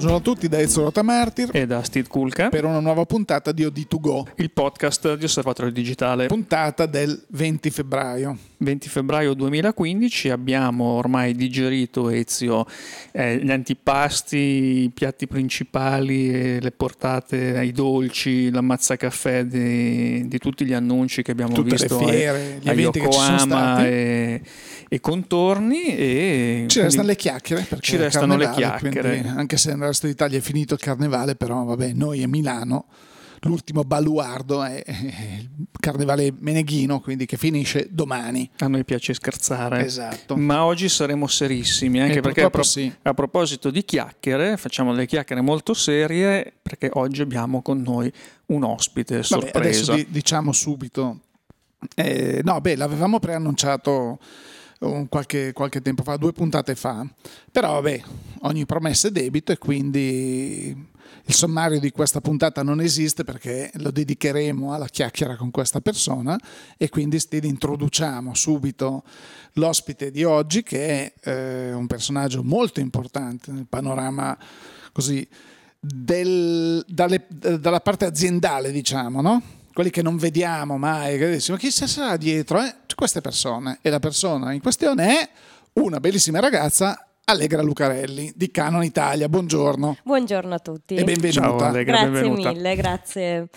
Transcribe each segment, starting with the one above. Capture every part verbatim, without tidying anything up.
Buongiorno a tutti da Ezio Rotamartir e da Steve Kulka per una nuova puntata di O D due Go, il podcast di Osservatorio Digitale. Puntata del venti febbraio. venti febbraio duemilaquindici, abbiamo ormai digerito, Ezio, eh, gli antipasti, i piatti principali, eh, le portate ai dolci, l'ammazzacaffè di, di tutti gli annunci che abbiamo Tutte visto le fiere, a, gli a eventi che ci sono Yokohama stati. e, e contorni. E ci restano le chiacchiere, perché ci restano le chiacchiere. Anche se nel resto d'Italia è finito il carnevale, però vabbè, noi a Milano l'ultimo baluardo è il carnevale meneghino, quindi che finisce domani. A noi piace scherzare, esatto. Ma oggi saremo serissimi, anche e perché a, pro- sì. a proposito di chiacchiere, facciamo delle chiacchiere molto serie, perché oggi abbiamo con noi un ospite sorpresa. Vabbè, adesso di- diciamo subito, eh, no beh, l'avevamo preannunciato un qualche, qualche tempo fa, due puntate fa, però vabbè, ogni promessa è debito e quindi il sommario di questa puntata non esiste, perché lo dedicheremo alla chiacchiera con questa persona, e quindi introduciamo subito l'ospite di oggi, che è eh, un personaggio molto importante nel panorama così del, dalle, dalla parte aziendale, diciamo, no? Quelli che non vediamo mai, che diciamo, chi sarà dietro? Eh? Queste persone, e la persona in questione è una bellissima ragazza, Allegra Lucarelli di Canon Italia. Buongiorno. Buongiorno a tutti. E benvenuta. Ciao Allegra, grazie benvenuta. mille, grazie.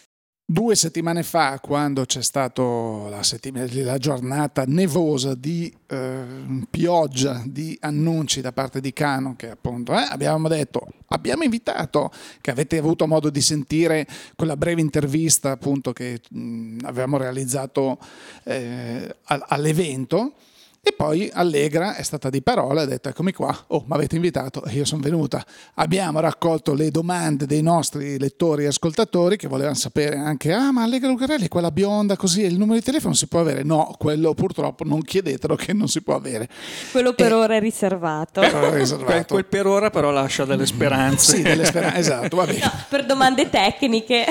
Due settimane fa, quando c'è stata la, la giornata nevosa di eh, pioggia di annunci da parte di Canon, che appunto eh, abbiamo detto, abbiamo invitato, che avete avuto modo di sentire quella breve intervista appunto che mh, avevamo realizzato eh, all'evento. E poi Allegra è stata di parola e ha detto: eccomi qua, oh, mi avete invitato e io sono venuta. Abbiamo raccolto le domande dei nostri lettori e ascoltatori, che volevano sapere anche: ah, ma Allegra Lucarelli, quella bionda così, il numero di telefono si può avere? No, quello purtroppo non chiedetelo, che non si può avere. Quello per e... ora è riservato. Per ora è riservato. Quel, quel per ora però lascia delle speranze. Sì, delle speranze, esatto, va bene. No, per domande tecniche.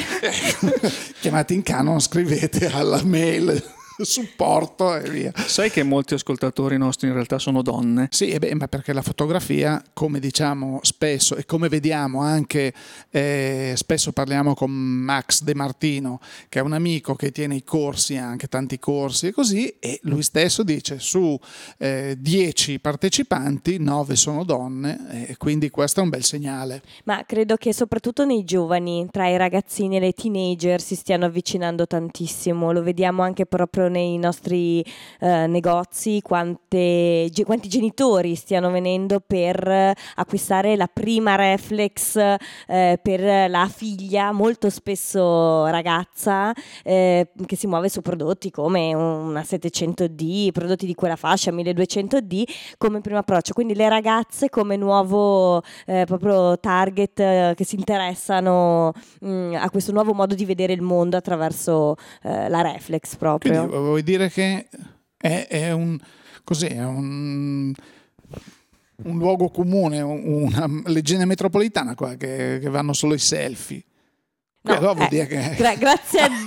Chiamate in Canon, scrivete alla mail supporto e via. Sai che molti ascoltatori nostri in realtà sono donne? Sì, e beh, ma perché la fotografia, come diciamo spesso e come vediamo anche, eh, spesso parliamo con Max De Martino, che è un amico che tiene i corsi, anche tanti corsi e così, e lui stesso dice: su eh, dieci partecipanti nove sono donne, e quindi questo è un bel segnale. Ma credo che soprattutto nei giovani, tra i ragazzini e le teenager, si stiano avvicinando tantissimo. Lo vediamo anche proprio nei nostri eh, negozi, quante, ge, quanti genitori stiano venendo per acquistare la prima reflex eh, per la figlia, molto spesso ragazza, eh, che si muove su prodotti come una settecento D, prodotti di quella fascia, milleduecento D, come primo approccio. Quindi le ragazze come nuovo eh, proprio target eh, che si interessano mh, a questo nuovo modo di vedere il mondo attraverso eh, la reflex proprio. Quindi vuoi dire che è, è un così, è un, un luogo comune, una leggenda metropolitana qua, che, che vanno solo i selfie. No, allora vuol eh, dire che... gra- grazie a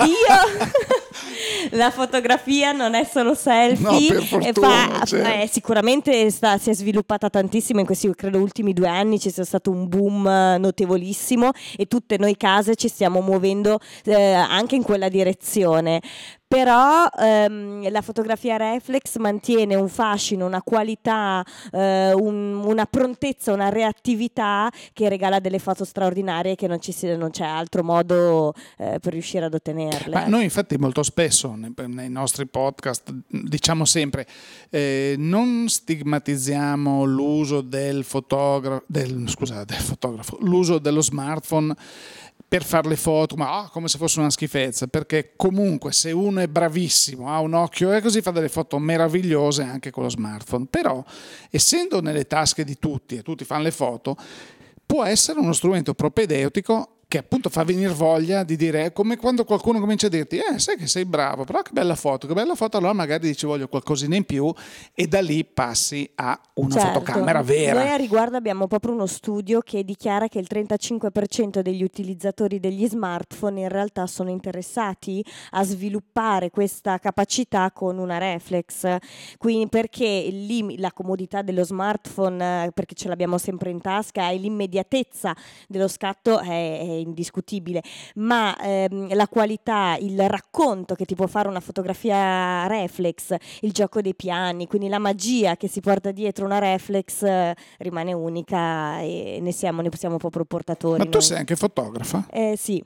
Dio la fotografia non è solo selfie. No, per fortuna, fa, certo. eh, sicuramente sta, si è sviluppata tantissimo in questi, credo, ultimi due anni. Ci sia stato un boom notevolissimo e tutte noi case ci stiamo muovendo eh, anche in quella direzione. Però ehm, la fotografia reflex mantiene un fascino, una qualità, eh, un, una prontezza, una reattività che regala delle foto straordinarie, che non, ci si, non c'è altro modo eh, per riuscire ad ottenerle. Ma noi infatti molto spesso nei, nei nostri podcast diciamo sempre eh, non stigmatizziamo l'uso del fotografo, del, scusate, del fotografo, l'uso dello smartphone per fare le foto, ma oh, come se fosse una schifezza, perché comunque se uno è bravissimo, ha un occhio e così, fa delle foto meravigliose anche con lo smartphone. Però essendo nelle tasche di tutti e tutti fanno le foto, può essere uno strumento propedeutico che appunto fa venire voglia di dire, è come quando qualcuno comincia a dirti eh sai che sei bravo, però che bella foto, che bella foto, allora magari dici voglio qualcosina in più e da lì passi a una certo. fotocamera vera. Noi a riguardo abbiamo proprio uno studio che dichiara che il trentacinque per cento degli utilizzatori degli smartphone in realtà sono interessati a sviluppare questa capacità con una reflex, quindi perché lì la comodità dello smartphone, perché ce l'abbiamo sempre in tasca, e l'immediatezza dello scatto è, è indiscutibile, ma ehm, la qualità, il racconto che ti può fare una fotografia reflex, il gioco dei piani, quindi la magia che si porta dietro una reflex eh, rimane unica e ne siamo, ne siamo proprio portatori. Ma tu noi. sei anche fotografa? Eh sì.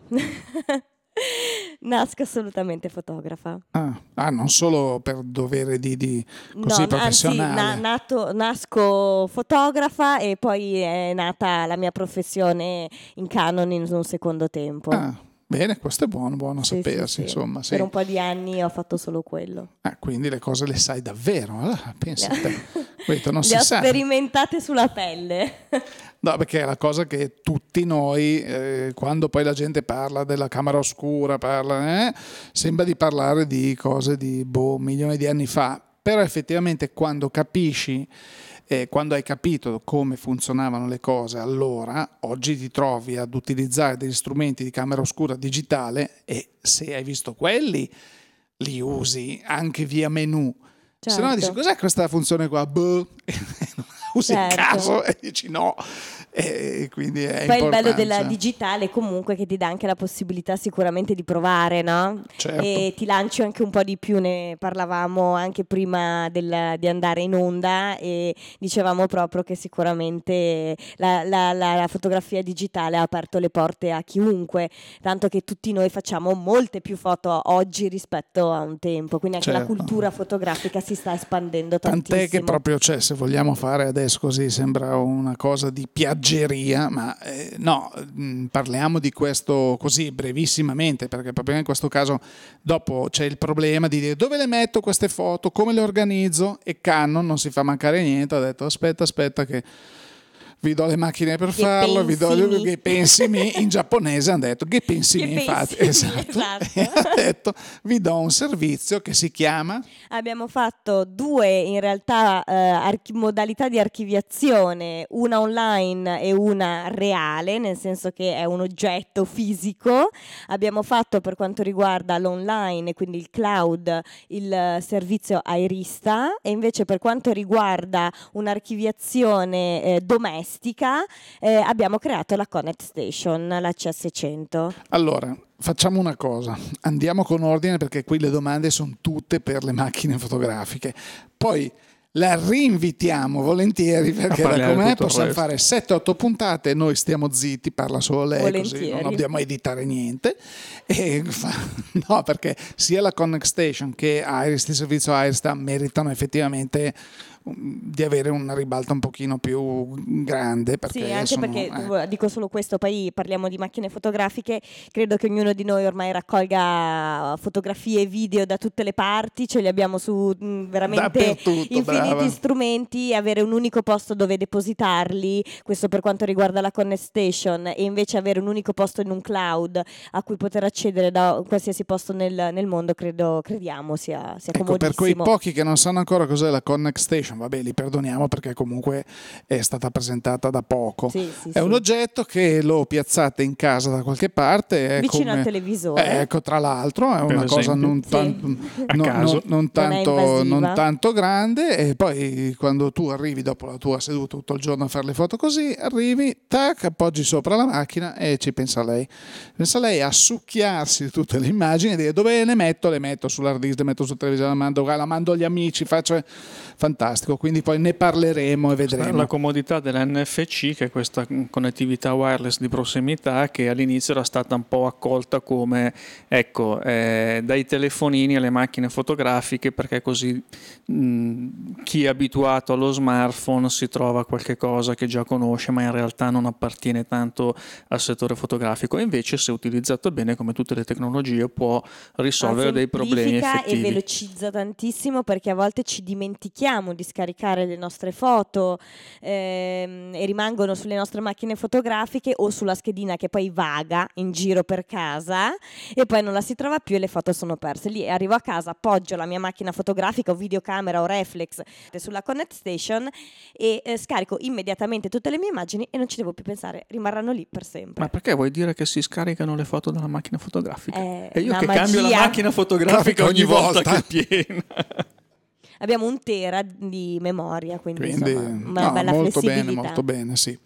Nasco assolutamente fotografa. Ah, ah, non solo per dovere di, di così no, professionale. Anzi, na- nato, nasco fotografa e poi è nata la mia professione in Canon in un secondo tempo. Ah, bene, questo è buono, buono Sì, sapersi, sì, sì. insomma. Sì. Per un po' di anni ho fatto solo quello. Ah, quindi le cose le sai davvero, allora, pensa a te. Questo non Le si ho sa. sperimentate sulla pelle. No, perché è la cosa che tutti noi, eh, quando poi la gente parla della camera oscura, parla, eh, sembra di parlare di cose di boh, milioni di anni fa, però effettivamente quando capisci, eh, quando hai capito come funzionavano le cose allora, oggi ti trovi ad utilizzare degli strumenti di camera oscura digitale e se hai visto quelli, li usi anche via menu. Certo. Se no dici cos'è questa funzione qua? Boh. Usi Certo. il caso e dici no, e quindi è Poi il importante. bello della digitale comunque che ti dà anche la possibilità sicuramente di provare, no? Certo. E ti lanci anche un po' di più, ne parlavamo anche prima del, di andare in onda e dicevamo proprio che sicuramente la, la, la, la fotografia digitale ha aperto le porte a chiunque, tanto che tutti noi facciamo molte più foto oggi rispetto a un tempo, quindi anche Certo. la cultura fotografica si sta espandendo tantissimo. Tant'è che proprio, cioè, se vogliamo fare adesso così sembra una cosa di piaggeria, ma eh, no, mh, parliamo di questo così brevissimamente, perché proprio in questo caso dopo c'è il problema di dire dove le metto queste foto, come le organizzo, e Canon non si fa mancare niente, ha detto aspetta, aspetta che vi do le macchine per Che farlo, vi do pensimi. che pensimi, in giapponese hanno detto che pensimi, Che infatti, pensimi, esatto. esatto. E ha detto vi do un servizio che si chiama Abbiamo fatto due in realtà eh, archi- modalità di archiviazione, una online e una reale, nel senso che è un oggetto fisico. Abbiamo fatto per quanto riguarda l'online, quindi il cloud, il eh, servizio Airista, e invece per quanto riguarda un'archiviazione eh, domestica eh, abbiamo creato la Connect Station, la C S cento. allora. Facciamo una cosa, andiamo con ordine perché qui le domande sono tutte per le macchine fotografiche. Poi la rinvitiamo volentieri perché da parlare com'è tutto il possiamo resto. fare sette otto puntate, noi stiamo zitti, parla solo lei, così Volentieri. non dobbiamo editare niente. E fa- no, perché sia la Connect Station che Iris, il servizio Iris meritano effettivamente di avere una ribalta un pochino più grande, perché Sì, anche sono, perché eh. dico solo questo, poi parliamo di macchine fotografiche, credo che ognuno di noi ormai raccolga fotografie e video da tutte le parti, ce li abbiamo su mh, veramente Dappertutto, infiniti brava. strumenti, avere un unico posto dove depositarli, questo per quanto riguarda la Connect Station, e invece avere un unico posto in un cloud a cui poter accedere da qualsiasi posto nel, nel mondo, credo, crediamo sia, sia Ecco, comodissimo. per quei pochi che non sanno ancora cos'è la Connect Station, vabbè, li perdoniamo perché comunque è stata presentata da poco. Sì, sì, è sì. un oggetto che lo piazzate in casa da qualche parte. È Vicino come, al televisore. eh, ecco, tra l'altro, è Per una cosa esempio. non, Sì. tan- A no- caso. no- non Non è tanto, invasiva. non tanto grande, e poi quando tu arrivi dopo la tua seduta tutto il giorno a fare le foto così, arrivi, tac, appoggi sopra la macchina e ci pensa lei. Pensa lei a succhiarsi tutte le immagini e dire dove le metto? Le metto sull'hard disk, le metto sul televisore, la mando, la mando agli amici, faccio... Fantastico, quindi poi ne parleremo e vedremo. La comodità dell'N F C, che è questa connettività wireless di prossimità, che all'inizio era stata un po' accolta come ecco eh, dai telefonini alle macchine fotografiche, perché così mh, chi è abituato allo smartphone si trova qualche cosa che già conosce ma in realtà non appartiene tanto al settore fotografico, e invece se utilizzato bene, come tutte le tecnologie, può risolvere dei problemi Semplifica effettivi. e velocizza tantissimo, perché a volte ci dimentichiamo di scaricare le nostre foto ehm, e rimangono sulle nostre macchine fotografiche o sulla schedina che poi vaga in giro per casa e poi non la si trova più e le foto sono perse. Lì arrivo a casa, appoggio la mia macchina fotografica o videocamera o reflex sulla Connect Station e eh, scarico immediatamente tutte le mie immagini e non ci devo più pensare, rimarranno lì per sempre. Ma perché vuoi dire che si scaricano le foto dalla macchina fotografica? Eh, e io una che magia. cambio la macchina fotografica ogni, ogni volta, volta che è piena. Abbiamo un tera di memoria, quindi, Quindi insomma una no, bella molto flessibilità. bene, molto bene, sì.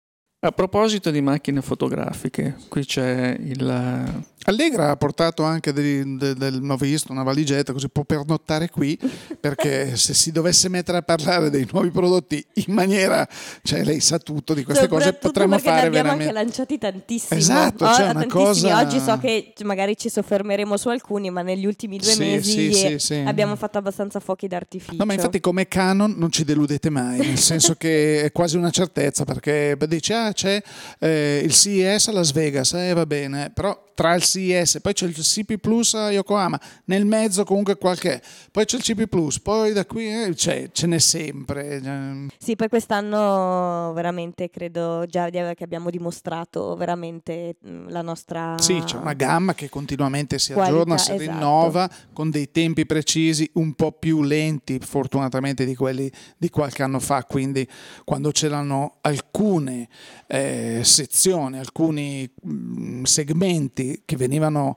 A proposito di macchine fotografiche, qui c'è il... Allegra ha portato anche del, del, del ho visto, una valigetta, così può pernottare qui, perché se si dovesse mettere a parlare dei nuovi prodotti in maniera, cioè lei sa tutto di queste cose, potremmo fare ne abbiamo veramente... anche lanciati tantissimi. Esatto, oh, cioè una cosa... Oggi so che magari ci soffermeremo su alcuni, ma negli ultimi due Sì, mesi sì, sì, sì. abbiamo fatto abbastanza fuochi d'artificio. No, ma infatti come Canon non ci deludete mai, nel senso che è quasi una certezza, perché dice ah c'è eh, il C E S a Las Vegas, eh va bene, però tra il C E S, poi c'è il C P Plus a Yokohama, nel mezzo comunque qualche, poi c'è il C P Plus, poi da qui eh, c'è, ce n'è sempre. Sì, poi quest'anno veramente credo già che abbiamo dimostrato veramente la nostra Sì, c'è una gamma che continuamente si qualità, aggiorna, si esatto. rinnova con dei tempi precisi, un po' più lenti fortunatamente di quelli di qualche anno fa, quindi quando c'erano alcune eh, sezioni, alcuni mh, segmenti che venivano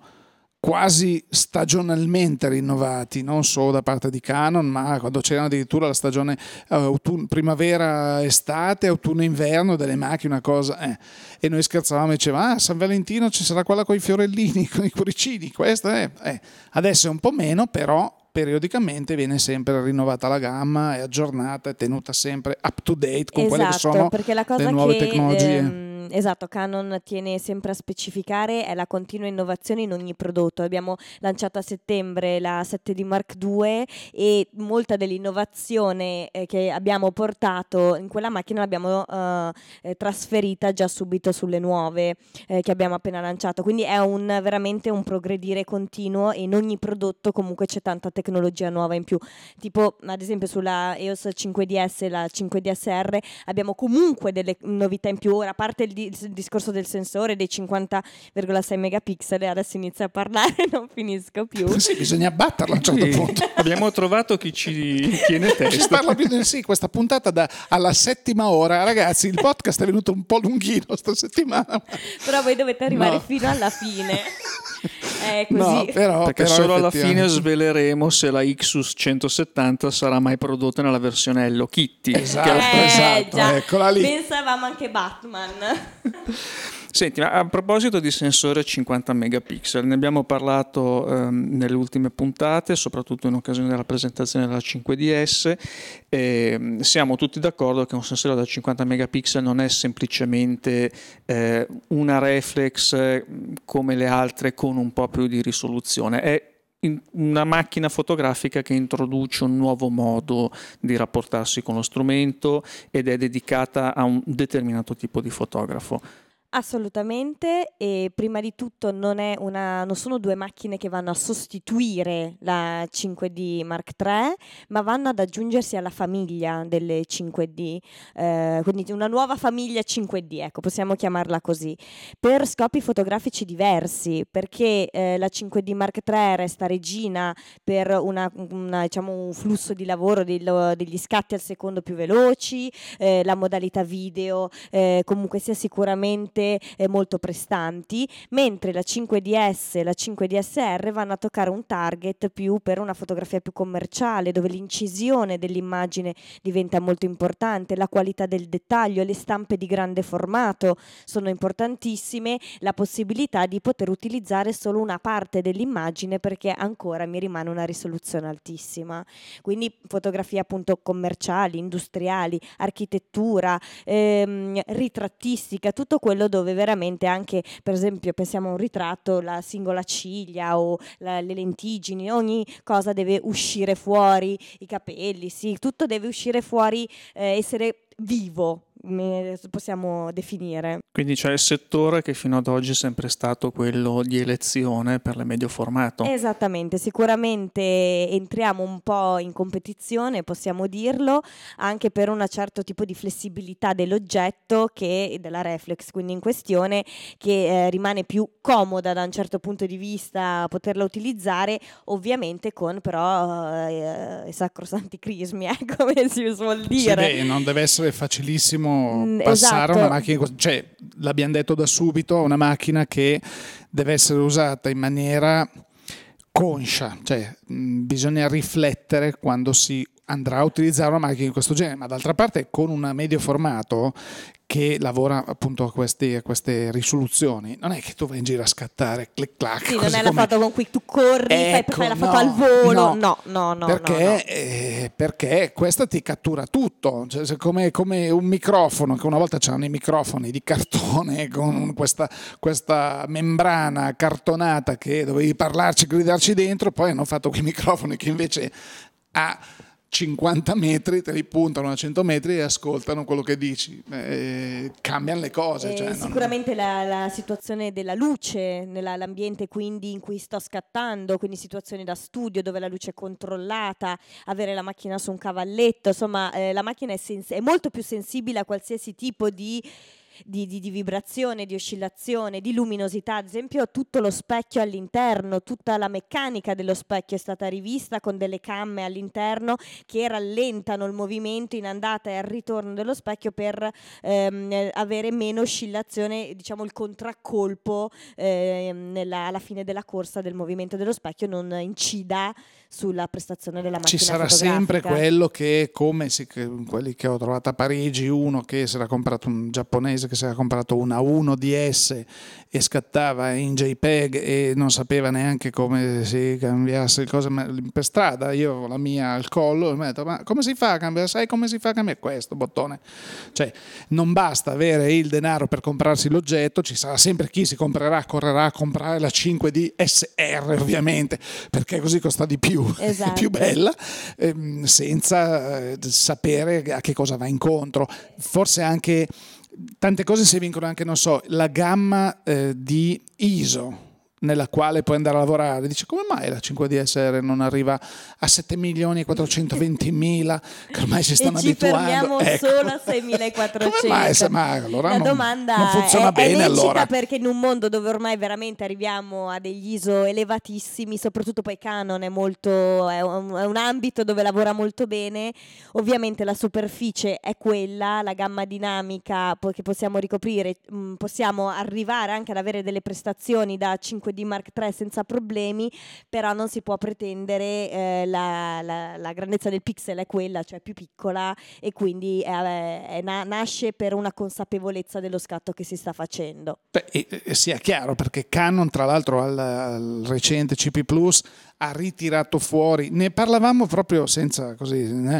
quasi stagionalmente rinnovati, non solo da parte di Canon, ma quando c'era addirittura la stagione autunno, primavera, estate, autunno, inverno delle macchine, una cosa, eh. E noi scherzavamo e dicevamo, ah, San Valentino ci sarà quella con i fiorellini, con i cuoricini, questa è, eh. Adesso è un po' meno, però periodicamente viene sempre rinnovata la gamma, è aggiornata, è tenuta sempre up to date con esatto, quelle che sono perché la cosa le nuove che, tecnologie. Ehm, esatto, Canon tiene sempre a specificare è la continua innovazione in ogni prodotto. Abbiamo lanciato a settembre la sette D Mark due e molta dell'innovazione eh, che abbiamo portato in quella macchina l'abbiamo eh, trasferita già subito sulle nuove eh, che abbiamo appena lanciato, quindi è un, veramente un progredire continuo e in ogni prodotto comunque c'è tanta tecnologia nuova in più, tipo ad esempio sulla E O S cinque D S e la cinque D S R abbiamo comunque delle novità in più. Ora, a parte il, di- il discorso del sensore dei cinquanta virgola sei megapixel, e adesso inizio a parlare e non finisco più. Sì, bisogna batterla a un certo Sì, punto. abbiamo trovato chi ci tiene Ci testa. parla più di sì, questa puntata da, alla settima ora, ragazzi, il podcast è venuto un po' lunghino sta settimana. Però voi dovete arrivare No. fino alla fine. È così. No, però, Perché però solo alla fine effettivamente- sveleremo se la Xus centosettanta sarà mai prodotta nella versione Hello Kitty. Esatto, che è la- Eh, esatto, già. eccola lì. Pensavamo anche Batman. Senti, ma a proposito di sensore cinquanta megapixel, ne abbiamo parlato ehm, nelle ultime puntate, soprattutto in occasione della presentazione della cinque D S. E siamo tutti d'accordo che un sensore da cinquanta megapixel non è semplicemente eh, una reflex eh, come le altre con un po' più di risoluzione, è in- una macchina fotografica che introduce un nuovo modo di rapportarsi con lo strumento ed è dedicata a un determinato tipo di fotografo. Assolutamente, e prima di tutto non, è una, non sono due macchine che vanno a sostituire la cinque D Mark tre, ma vanno ad aggiungersi alla famiglia delle cinque D, eh, quindi una nuova famiglia cinque D, ecco, possiamo chiamarla così, per scopi fotografici diversi, perché eh, la cinque D Mark tre resta regina per una, una, diciamo, un flusso di lavoro del- degli scatti al secondo più veloci, eh, la modalità video eh, comunque sia sicuramente eh, molto prestanti, mentre la cinque D S e la cinque D S R vanno a toccare un target più per una fotografia più commerciale, dove l'incisione dell'immagine diventa molto importante, la qualità del dettaglio, le stampe di grande formato sono importantissime, la possibilità di poter utilizzare solo una parte dell'immagine perché ancora mi rimane una risoluzione altissima. Quindi fotografie appunto commerciali, industriali, architettura, ehm, ritrattistica, tutto quello dove veramente anche, per esempio, pensiamo a un ritratto, la singola ciglia o la- le lentiggini, ogni cosa deve uscire fuori, i capelli, sì, tutto deve uscire fuori, eh, essere vivo. possiamo definire. Quindi c'è il settore che fino ad oggi è sempre stato quello di elezione per il medio formato. Esattamente, sicuramente entriamo un po' in competizione, possiamo dirlo, anche per un certo tipo di flessibilità dell'oggetto che della reflex, quindi in questione, che eh, rimane più comoda da un certo punto di vista poterla utilizzare, ovviamente con però eh, i sacrosanti crismi, eh, come si suol dire. Sì, beh, non deve essere facilissimo Mm, passare esatto. una macchina, cioè l'abbiamo detto da subito, una macchina che deve essere usata in maniera conscia, cioè mh, bisogna riflettere quando si andrà a utilizzare una macchina di questo genere, ma d'altra parte con un medio formato che lavora appunto a, questi, a queste risoluzioni, non è che tu vai in giro a scattare clic clac. Sì, non è la foto con cui tu corri, ecco, fai, fai la foto no, al volo, no, no, no, no. perché, no, no. Eh, perché questa ti cattura tutto, cioè, come, come un microfono, che una volta c'erano i microfoni di cartone con questa, questa membrana cartonata che dovevi parlarci, gridarci dentro, poi hanno fatto quei microfoni che invece a cinquanta metri te li puntano a cento metri e ascoltano quello che dici, eh, cambiano le cose. Eh, cioè, sicuramente non... la, la situazione della luce nell'ambiente quindi in cui sto scattando, quindi situazioni da studio dove la luce è controllata, avere la macchina su un cavalletto, insomma eh, la macchina è, sens- è molto più sensibile a qualsiasi tipo di Di, di, di vibrazione, di oscillazione, di luminosità. Ad esempio tutto lo specchio all'interno, tutta la meccanica dello specchio è stata rivista con delle camme all'interno che rallentano il movimento in andata e al ritorno dello specchio per ehm, avere meno oscillazione, diciamo il contraccolpo ehm, nella, alla fine della corsa del movimento dello specchio non incida sulla prestazione della macchina ci sarà fotografica. sempre quello che, come si, che, quelli che ho trovato a Parigi, uno che si era comprato, un giapponese che si era comprato una uno D S e scattava in JPEG e non sapeva neanche come si cambiasse il cosa per strada. Io avevo la mia al collo e mi ho detto: ma come si fa a cambiare? Sai come si fa a cambiare questo bottone? Cioè non basta avere il denaro per comprarsi l'oggetto, ci sarà sempre chi si comprerà, correrà a comprare la cinque D S R ovviamente, perché così costa di più, esatto. è più bella, ehm, senza eh, sapere a che cosa va incontro. Forse anche tante cose si vincono anche, non so, la gamma eh, di I S O nella quale puoi andare a lavorare. Dice: come mai la cinque D S R non arriva a sette milioni e quattrocentoventimila, che ormai si stanno e ci abituando, fermiamo ecco. solo a seimilaquattrocento. Come mai? Ma allora la non, domanda non funziona è, bene, è lecita, allora. perché in un mondo dove ormai veramente arriviamo a degli I S O elevatissimi, soprattutto poi Canon è molto è un, è un ambito dove lavora molto bene. Ovviamente la superficie è quella, la gamma dinamica che possiamo ricoprire, mh, possiamo arrivare anche ad avere delle prestazioni da cinque D Mark tre senza problemi, però non si può pretendere eh, la, la, la grandezza del pixel è quella, cioè più piccola, e quindi è, è, na- nasce per una consapevolezza dello scatto che si sta facendo. Beh, e, e sia chiaro, perché Canon tra l'altro al, al recente C P Plus ha ritirato fuori, ne parlavamo proprio senza così eh,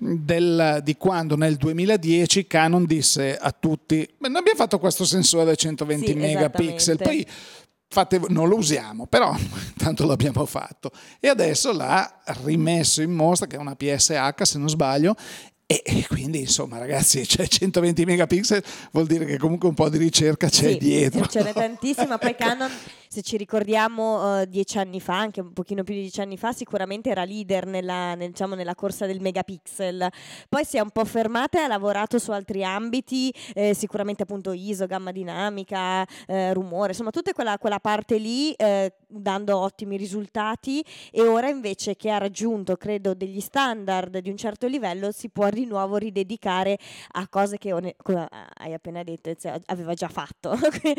del, di quando nel duemiladieci Canon disse a tutti: beh, noi abbiamo fatto questo sensore da centoventi Sì, megapixel, poi fate, non lo usiamo, però tanto l'abbiamo fatto, e adesso l'ha rimesso in mostra, che è una P S H se non sbaglio, e, e quindi insomma ragazzi, c'è centoventi megapixel, vuol dire che comunque un po' di ricerca c'è sì, dietro. Ce n'è tantissima. Poi Canon, se ci ricordiamo uh, dieci anni fa, anche un pochino più di dieci anni fa, sicuramente era leader nella, nel, diciamo, nella corsa del megapixel. Poi si è un po' fermata e ha lavorato su altri ambiti, eh, sicuramente appunto I S O, gamma dinamica, eh, rumore, insomma tutta quella, quella parte lì, eh, dando ottimi risultati, e ora invece che ha raggiunto credo degli standard di un certo livello si può di nuovo ridedicare a cose che come hai appena detto aveva già fatto.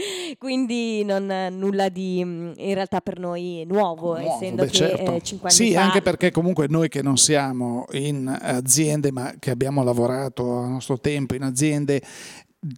Quindi non nulla di in realtà per noi nuovo, nuovo essendo beh, che certo. eh, cinque anni sì, fa. Anche perché comunque noi che non siamo in aziende, ma che abbiamo lavorato a nostro tempo in aziende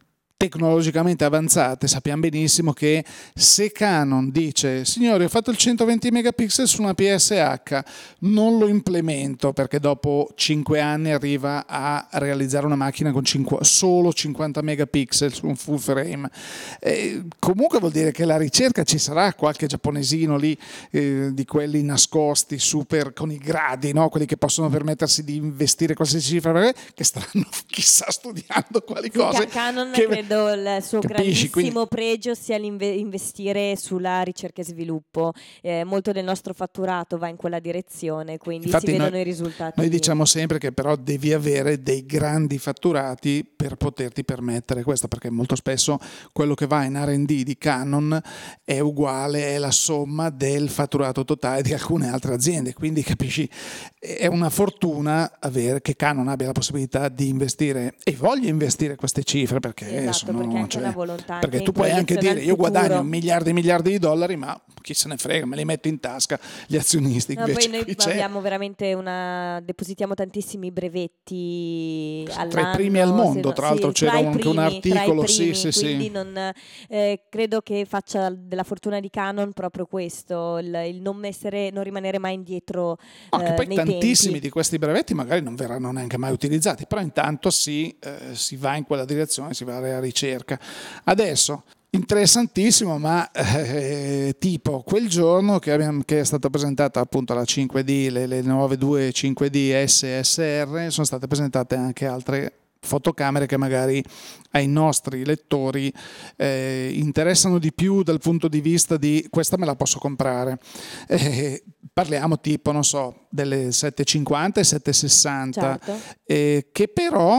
tecnologicamente avanzate, sappiamo benissimo che se Canon dice signori ho fatto il centoventi megapixel su una P S H, non lo implemento perché dopo cinque anni arriva a realizzare una macchina con cinque, solo cinquanta megapixel su un full frame, eh, comunque vuol dire che la ricerca ci sarà, qualche giapponesino lì eh, di quelli nascosti super con i gradi, no? Quelli che possono permettersi di investire qualsiasi cifra, che staranno chissà studiando quali cose. Canon che... credo il suo Capisci, grandissimo quindi... pregio sia l'investire sulla ricerca e sviluppo. Eh, molto del nostro fatturato va in quella direzione, quindi Infatti si vedono noi, i risultati. Noi diciamo sempre che però devi avere dei grandi fatturati per poterti permettere questo, perché molto spesso quello che va in R and D di Canon è uguale, è la somma del fatturato totale di alcune altre aziende, quindi capisci, è una fortuna avere che Canon abbia la possibilità di investire e voglia investire queste cifre, perché Esatto, sono, perché anche cioè, una volontà, perché anche tu puoi anche proiezione dire al io futuro. guadagno miliardi e miliardi di dollari, ma chi se ne frega, me li metto in tasca gli azionisti. No, invece poi noi qui c'è abbiamo veramente una depositiamo tantissimi brevetti all'anno, tra i primi al mondo, se tra no, l'altro sì, c'era tra i anche primi, un articolo, tra i primi, sì, sì, quindi sì. non, eh, credo che faccia della fortuna di Canon proprio questo, il, il non essere, non rimanere mai indietro No, che eh, poi nei tantissimi tempi. di questi brevetti magari non verranno neanche mai utilizzati, però intanto si, eh, si va in quella direzione, si va alla ricerca. Adesso, interessantissimo, ma eh, tipo quel giorno che, abbiamo, che è stata presentata appunto la cinque D, le, le nuove due cinque D S S R, sono state presentate anche altre fotocamere che magari ai nostri lettori eh, interessano di più dal punto di vista di questa me la posso comprare. Eh, parliamo tipo, non so, delle settecentocinquanta e settecentosessanta, Certo. eh, che però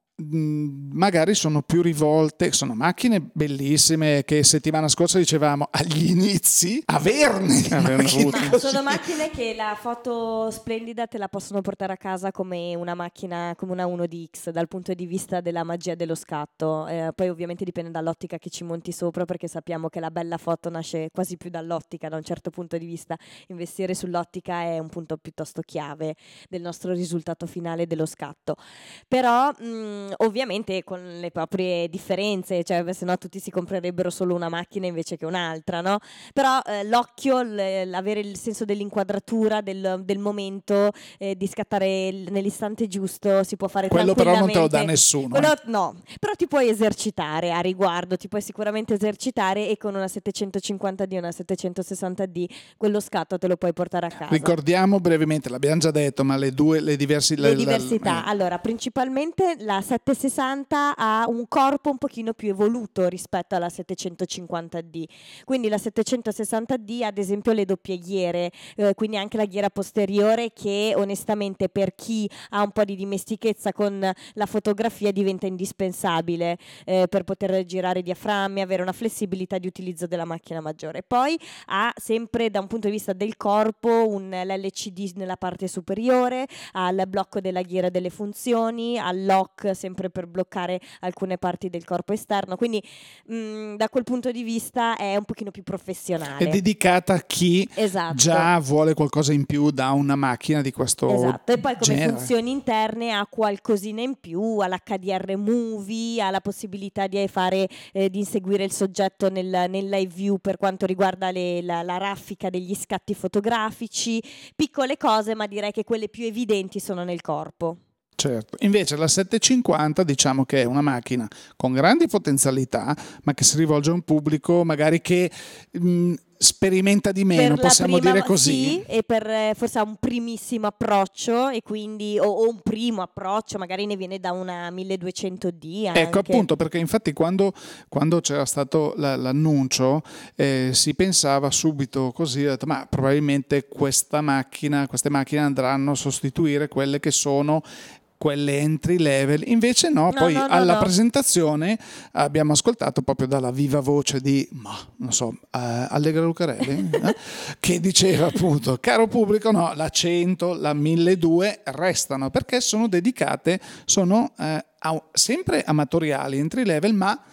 mh, magari sono più rivolte, sono macchine bellissime che settimana scorsa dicevamo agli inizi averne di Averne macchine avuti. Ma così. sono macchine che la foto splendida te la possono portare a casa come una macchina, come una uno D X dal punto di vista della magia dello scatto. Eh, poi ovviamente dipende dall'ottica che ci monti sopra, perché sappiamo che la bella foto nasce quasi più dall'ottica da un certo punto di vista. Investire sull'ottica è un punto piuttosto chiave del nostro risultato finale dello scatto. Però mh, ovviamente con le proprie differenze, cioè se no tutti si comprerebbero solo una macchina invece che un'altra, no? Però eh, l'occhio, l- avere il senso dell'inquadratura, del, del momento, eh, di scattare il- nell'istante giusto, si può fare Quello però non te lo tranquillamente. dà nessuno. Quello eh. no, però ti puoi esercitare a riguardo, ti puoi sicuramente esercitare e con una settecentocinquanta D e una settecentosessanta D quello scatto te lo puoi portare a casa. Ricordiamo brevemente, l'abbiamo già detto, ma le due, le diversi... Le la- diversità, eh, allora principalmente la settecentosessanta ha un corpo un pochino più evoluto rispetto alla settecentocinquanta D, quindi la settecentosessanta D ad esempio le doppie ghiere, eh, quindi anche la ghiera posteriore che onestamente per chi ha un po' di dimestichezza con la fotografia diventa indispensabile eh, per poter girare diaframmi, avere una flessibilità di utilizzo della macchina maggiore. Poi ha sempre da un punto di vista del corpo un l'L C D nella parte superiore, al blocco della ghiera delle funzioni, al lock sempre per bloccare alcune parti del corpo esterno, quindi mh, da quel punto di vista è un pochino più professionale. è dedicata a chi Esatto. già vuole qualcosa in più da una macchina di questo Esatto, e poi come genere. funzioni interne ha qualcosina in più, ha l'H D R Movie, ha la possibilità di fare eh, di inseguire il soggetto nel, nel live view per quanto riguarda le, la, la raffica degli scatti fotografici, piccole cose, ma direi che quelle più evidenti sono nel corpo. Certo. Invece la settecentocinquanta diciamo che è una macchina con grandi potenzialità, ma che si rivolge a un pubblico magari che mh, sperimenta di meno, Per la possiamo prima- dire così. Sì, e per eh, forse ha un primissimo approccio e quindi o, o un primo approccio, magari ne viene da una milleduecento D anche. Ecco appunto, perché infatti quando, quando c'era stato la- l'annuncio eh, si pensava subito così, ho detto, ma probabilmente questa macchina, queste macchine andranno a sostituire quelle che sono quelle entry level, invece no, No, poi no, no, alla no. presentazione abbiamo ascoltato proprio dalla viva voce di, ma non so, eh, Allegra Lucarelli, eh, che diceva appunto, caro pubblico, no, la cento, la milleduecento restano perché sono dedicate, sono eh, a- sempre amatoriali, entry level, ma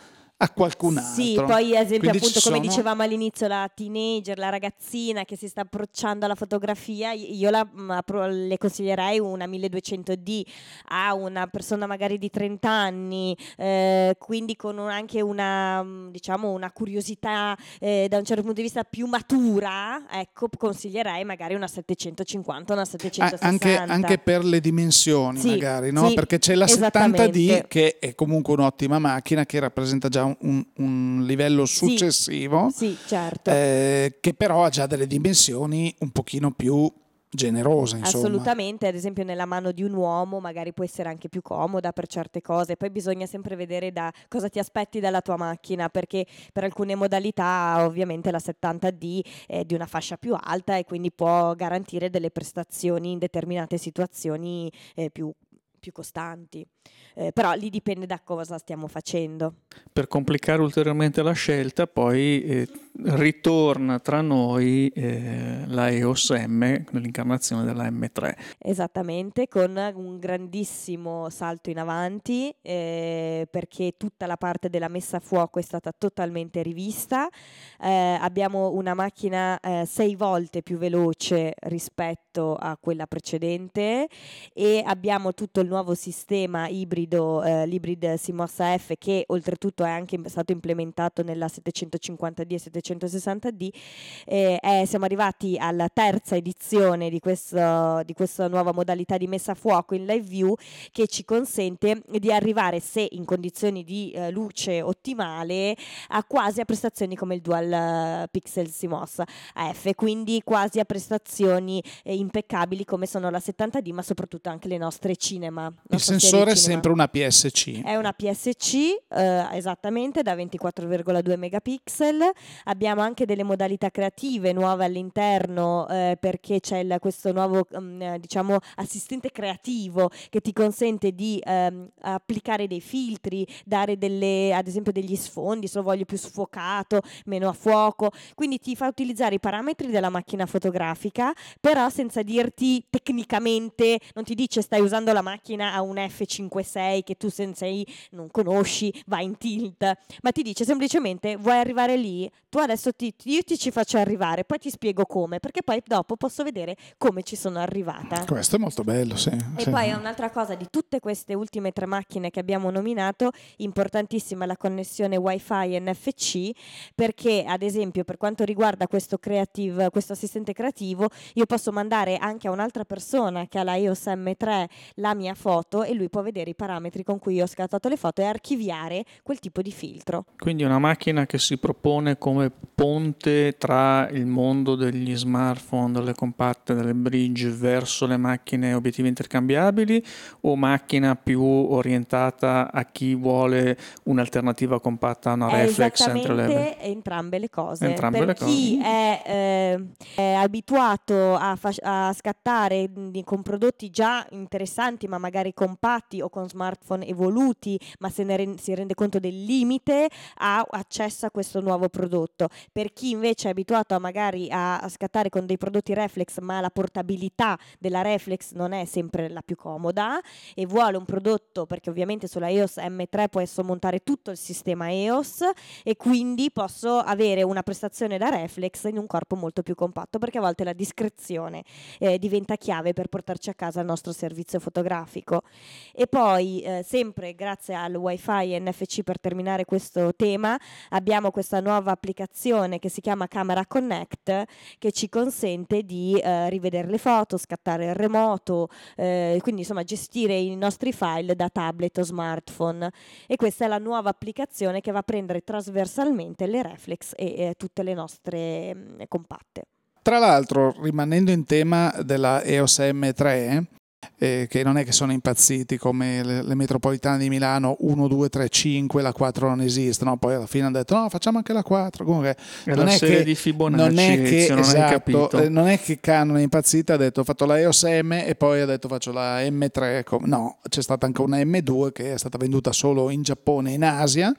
a qualcun altro. Sì, poi ad esempio Quindi appunto ci come sono- dicevamo all'inizio, la teenager, la ragazzina che si sta approcciando alla fotografia, io la, ma, pro- le consiglierei una milleduecento D a una persona magari di trenta anni, eh, quindi con un- anche una, mh, diciamo, una curiosità eh, da un certo punto di vista più matura, ecco, consiglierei magari una settecentocinquanta, una Ah, settecentosessanta. anche, anche per le dimensioni Sì, magari, no? sì, Perché c'è la settanta D esattamente. che è comunque un'ottima macchina che rappresenta già un, un- un livello Sì, successivo, sì, certo. eh, che però ha già delle dimensioni un pochino più generose, insomma. Assolutamente, ad esempio nella mano di un uomo magari può essere anche più comoda per certe cose, poi bisogna sempre vedere da cosa ti aspetti dalla tua macchina, perché per alcune modalità ovviamente la settanta D è di una fascia più alta e quindi può garantire delle prestazioni in determinate situazioni eh, più, più costanti. Eh, però lì dipende da cosa stiamo facendo. Per complicare ulteriormente la scelta, poi eh, ritorna tra noi eh, la E O S M nell'incarnazione della M tre. Esattamente, con un grandissimo salto in avanti eh, perché tutta la parte della messa a fuoco è stata totalmente rivista. Eh, abbiamo una macchina eh, sei volte più veloce rispetto a quella precedente e abbiamo tutto il nuovo sistema ibrido, eh, l'Hybrid CMOS A F, che oltretutto è anche stato implementato nella settecentocinquanta D e settecentosessanta D. Eh, è- siamo arrivati alla terza edizione di questo, di questa nuova modalità di messa a fuoco in live view, che ci consente di arrivare, se in condizioni di eh, luce ottimale, a quasi a prestazioni come il Dual eh, Pixel CMOS A F, quindi quasi a prestazioni eh, impeccabili come sono la settanta D, ma soprattutto anche le nostre cinema. Il nostra serie sensore è cinema. sempre una P S C. È una P S C eh, esattamente da ventiquattro virgola due megapixel. Abbiamo anche delle modalità creative nuove all'interno eh, perché c'è il- questo nuovo um, diciamo assistente creativo che ti consente di ehm, applicare dei filtri, dare delle, ad esempio degli sfondi, se lo voglio più sfocato, meno a fuoco, quindi ti fa utilizzare i parametri della macchina fotografica, però senza dirti tecnicamente, non ti dice stai usando la macchina a un F cinquantasei che tu sensei non conosci, vai in tilt, ma ti dice semplicemente vuoi arrivare lì, tu adesso ti, io ti ci faccio arrivare, poi ti spiego come, perché poi dopo posso vedere come ci sono arrivata. Questo è molto bello, sì. E sì. poi è un'altra cosa di tutte queste ultime tre macchine che abbiamo nominato, importantissima la connessione Wi-Fi N F C, perché ad esempio per quanto riguarda questo creative, questo assistente creativo, io posso mandare anche a un'altra persona che ha la E O S M tre la mia foto e lui può vedere i parametri con cui io ho scattato le foto e archiviare quel tipo di filtro. Quindi una macchina che si propone come ponte tra il mondo degli smartphone, delle compatte, delle bridge verso le macchine obiettivi intercambiabili, o macchina più orientata a chi vuole un'alternativa compatta a una È reflex entry level? esattamente entrambe le cose. Entrambe per le chi cose. è, eh, è abituato a, fa- a scattare mh, con prodotti già interessanti, ma magari compatti o con smartphone evoluti, ma se ne ren- si rende conto del limite, ha accesso a questo nuovo prodotto. Per chi invece è abituato a magari a, a scattare con dei prodotti reflex, ma la portabilità della reflex non è sempre la più comoda e vuole un prodotto, perché ovviamente sulla E O S M tre posso montare tutto il sistema E O S e quindi posso avere una prestazione da reflex in un corpo molto più compatto, perché a volte la discrezione eh, diventa chiave per portarci a casa il nostro servizio fotografico. E poi eh, sempre grazie al Wi-Fi N F C, per terminare questo tema, abbiamo questa nuova applicazione che si chiama Camera Connect, che ci consente di eh, rivedere le foto, scattare il remoto, eh, quindi insomma gestire i nostri file da tablet o smartphone. E questa è la nuova applicazione che va a prendere trasversalmente le reflex e eh, tutte le nostre mh, compatte. Tra l'altro, rimanendo in tema della E O S M tre, eh, che non è che sono impazziti come le, le metropolitane di Milano uno, due, tre, cinque, la quattro non esiste, no? Poi alla fine hanno detto no, facciamo anche la quattro. Comunque È non la è serie che di Fibonacci, non è che Ezio, non hai esatto, capito. eh, non è che Canon è impazzita, ha detto ho fatto la E O S M e poi ha detto faccio la M tre. No, c'è stata anche una M due che è stata venduta solo in Giappone e in Asia,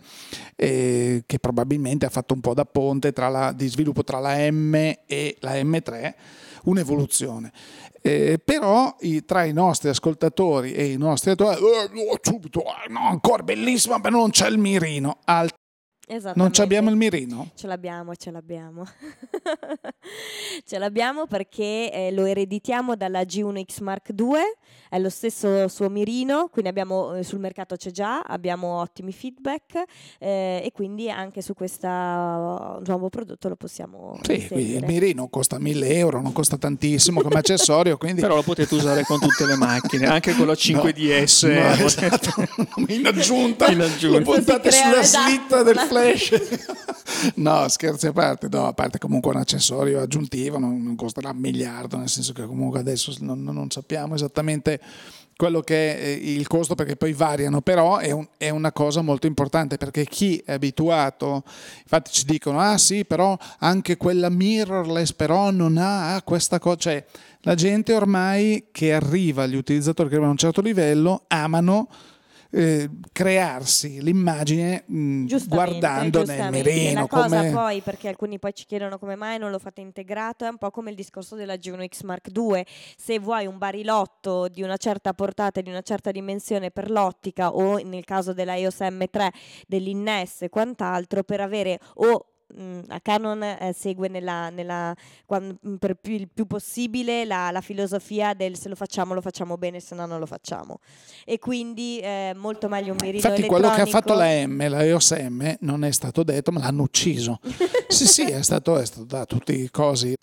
eh, che probabilmente ha fatto un po' da ponte tra la, di sviluppo tra la M e la M tre, un'evoluzione. Eh, però i, tra i nostri ascoltatori e i nostri attuali eh, no, subito, eh, no, ancora bellissima, ma non c'è il mirino. Al Non ci abbiamo il mirino? Ce l'abbiamo, ce l'abbiamo. Ce l'abbiamo perché eh, lo ereditiamo dalla G uno X Mark due, è lo stesso suo mirino, quindi abbiamo, eh, sul mercato c'è già, abbiamo ottimi feedback eh, e quindi anche su questo nuovo prodotto lo possiamo Sì, quindi il mirino costa mille euro, non costa tantissimo come accessorio, quindi... Però lo potete usare con tutte le macchine, anche con la cinque D S. No, no, esatto. in aggiunta, in aggiunta. Lo puntate sulla esatto. slitta del flash. No, scherzi a parte, no, a parte comunque un accessorio aggiuntivo, non, non costerà un miliardo, nel senso che comunque adesso non, non sappiamo esattamente quello che è il costo, perché poi variano, però è, un, è una cosa molto importante, perché chi è abituato, infatti ci dicono ah sì, però anche quella mirrorless però non ha ah, questa cosa, cioè la gente ormai che arriva, gli utilizzatori che arrivano a un certo livello amano Eh, crearsi l'immagine mh, guardando nel mirino. La cosa come... poi, perché alcuni poi ci chiedono come mai non lo fate integrato, è un po' come il discorso della G uno X Mark due. Se vuoi un barilotto di una certa portata e di una certa dimensione per l'ottica, o nel caso della E O S M tre dell'Innes e quant'altro, per avere o a Canon eh, segue nella, nella, quando, per più, il più possibile la, la filosofia del se lo facciamo lo facciamo bene, se no non lo facciamo, e quindi eh, molto meglio un mirino infatti elettronico. Quello che ha fatto la M, la E O S M, non è stato detto, ma l'hanno ucciso. sì sì è stato, è stato da tutti i cosi.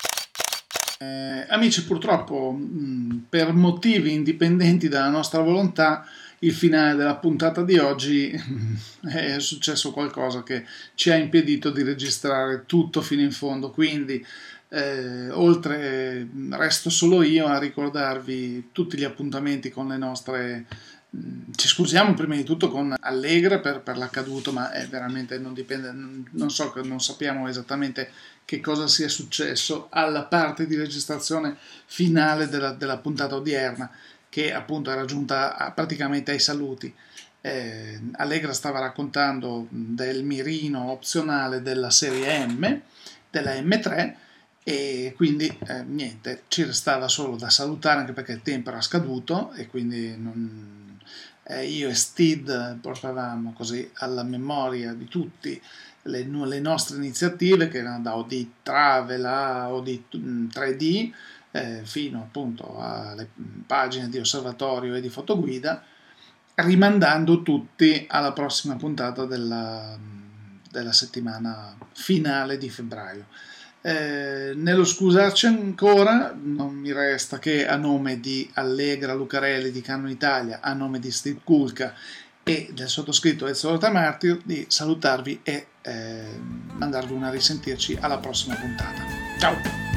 Eh, amici, purtroppo mh, per motivi indipendenti dalla nostra volontà, il finale della puntata di oggi è successo qualcosa che ci ha impedito di registrare tutto fino in fondo, quindi eh, oltre resto solo io a ricordarvi tutti gli appuntamenti con le nostre... Ci scusiamo prima di tutto con Allegra per, per l'accaduto, ma è veramente non dipende, non so, non sappiamo esattamente che cosa sia successo alla parte di registrazione finale della, della puntata odierna, che appunto era giunta a, praticamente ai saluti. Eh, Allegra stava raccontando del mirino opzionale della serie M, della M tre, e quindi eh, niente, ci restava solo da salutare, anche perché il tempo era scaduto e quindi non, eh, io e Steed portavamo così alla memoria di tutti le, le nostre iniziative, che erano da O D Travel a O D tre D, Eh, fino appunto alle pagine di osservatorio e di fotoguida, rimandando tutti alla prossima puntata della, della settimana finale di febbraio. Eh, nello scusarci ancora, non mi resta che, a nome di Allegra Lucarelli di Canon Italia, a nome di Steve Kulka e del sottoscritto Ezio Rotamartir, di salutarvi e eh, mandarvi una risentirci alla prossima puntata. Ciao!